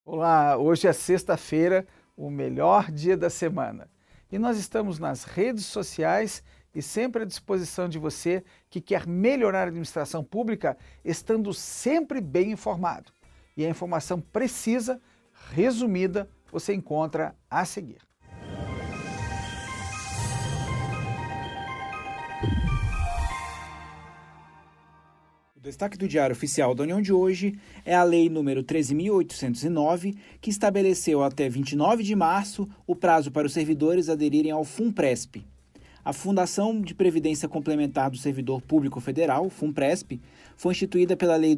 Olá, hoje é sexta-feira, o melhor dia da semana. E nós estamos nas redes sociais e sempre à disposição de você que quer melhorar a administração pública, estando sempre bem informado. E a informação precisa, resumida, você encontra a seguir. O destaque do Diário Oficial da União de hoje é a Lei nº 13.809, que estabeleceu até 29 de março o prazo para os servidores aderirem ao FUNPRESP. A Fundação de Previdência Complementar do Servidor Público Federal, FUNPRESP, foi instituída pela Lei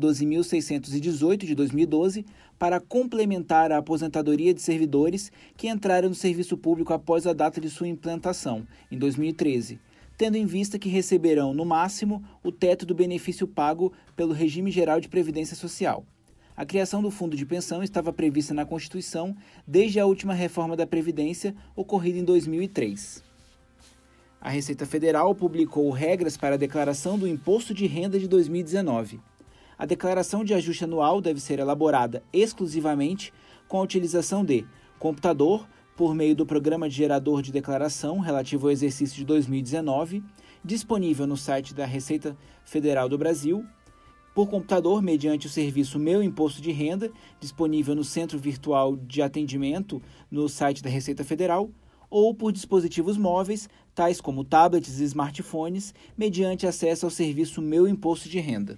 12.618 de 2012 para complementar a aposentadoria de servidores que entraram no serviço público após a data de sua implantação, em 2013. Tendo em vista que receberão, no máximo, o teto do benefício pago pelo Regime Geral de Previdência Social. A criação do Fundo de Pensão estava prevista na Constituição desde a última reforma da Previdência, ocorrida em 2003. A Receita Federal publicou regras para a declaração do Imposto de Renda de 2019. A declaração de ajuste anual deve ser elaborada exclusivamente com a utilização de computador, por meio do Programa de Gerador de Declaração relativo ao exercício de 2019, disponível no site da Receita Federal do Brasil, por computador mediante o serviço Meu Imposto de Renda, disponível no Centro Virtual de Atendimento no site da Receita Federal, ou por dispositivos móveis, tais como tablets e smartphones, mediante acesso ao serviço Meu Imposto de Renda.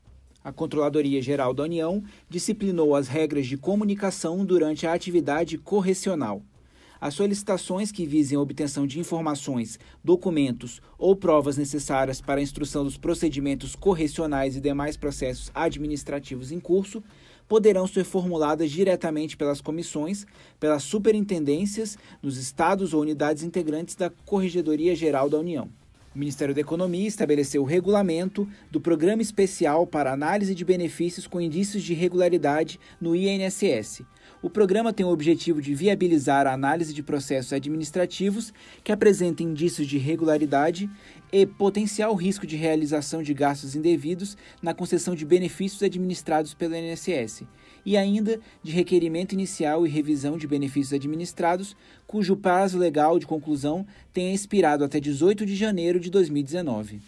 A Controladoria Geral da União disciplinou as regras de comunicação durante a atividade correcional. As solicitações que visem a obtenção de informações, documentos ou provas necessárias para a instrução dos procedimentos correcionais e demais processos administrativos em curso poderão ser formuladas diretamente pelas comissões, pelas superintendências, nos estados ou unidades integrantes da Corregedoria Geral da União. O Ministério da Economia estabeleceu o regulamento do Programa Especial para Análise de Benefícios com Indícios de Irregularidade no INSS. O programa tem o objetivo de viabilizar a análise de processos administrativos que apresentem indícios de irregularidade e potencial risco de realização de gastos indevidos na concessão de benefícios administrados pelo INSS, e ainda de requerimento inicial e revisão de benefícios administrados, cujo prazo legal de conclusão tenha expirado até 18 de janeiro de 2019.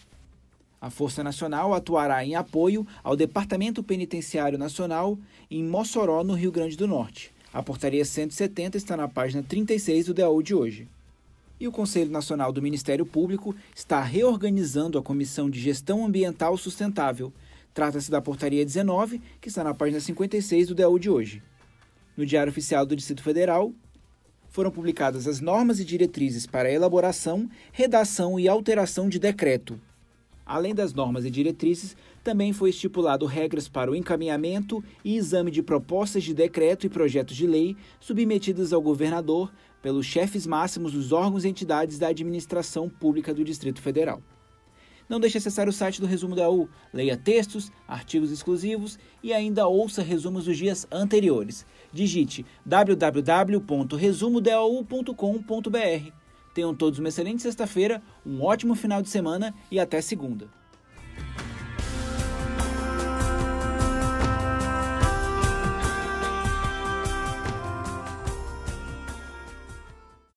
A Força Nacional atuará em apoio ao Departamento Penitenciário Nacional em Mossoró, no Rio Grande do Norte. A Portaria 170 está na página 36 do DAU de hoje. E o Conselho Nacional do Ministério Público está reorganizando a Comissão de Gestão Ambiental Sustentável. Trata-se da Portaria 19, que está na página 56 do DAU de hoje. No Diário Oficial do Distrito Federal, foram publicadas as normas e diretrizes para a elaboração, redação e alteração de decreto. Além das normas e diretrizes, também foi estipulado regras para o encaminhamento e exame de propostas de decreto e projetos de lei submetidas ao governador pelos chefes máximos dos órgãos e entidades da administração pública do Distrito Federal. Não deixe de acessar o site do Resumo da U, leia textos, artigos exclusivos e ainda ouça resumos dos dias anteriores. Digite www.resumodau.com.br. Tenham todos uma excelente sexta-feira, um ótimo final de semana e até segunda.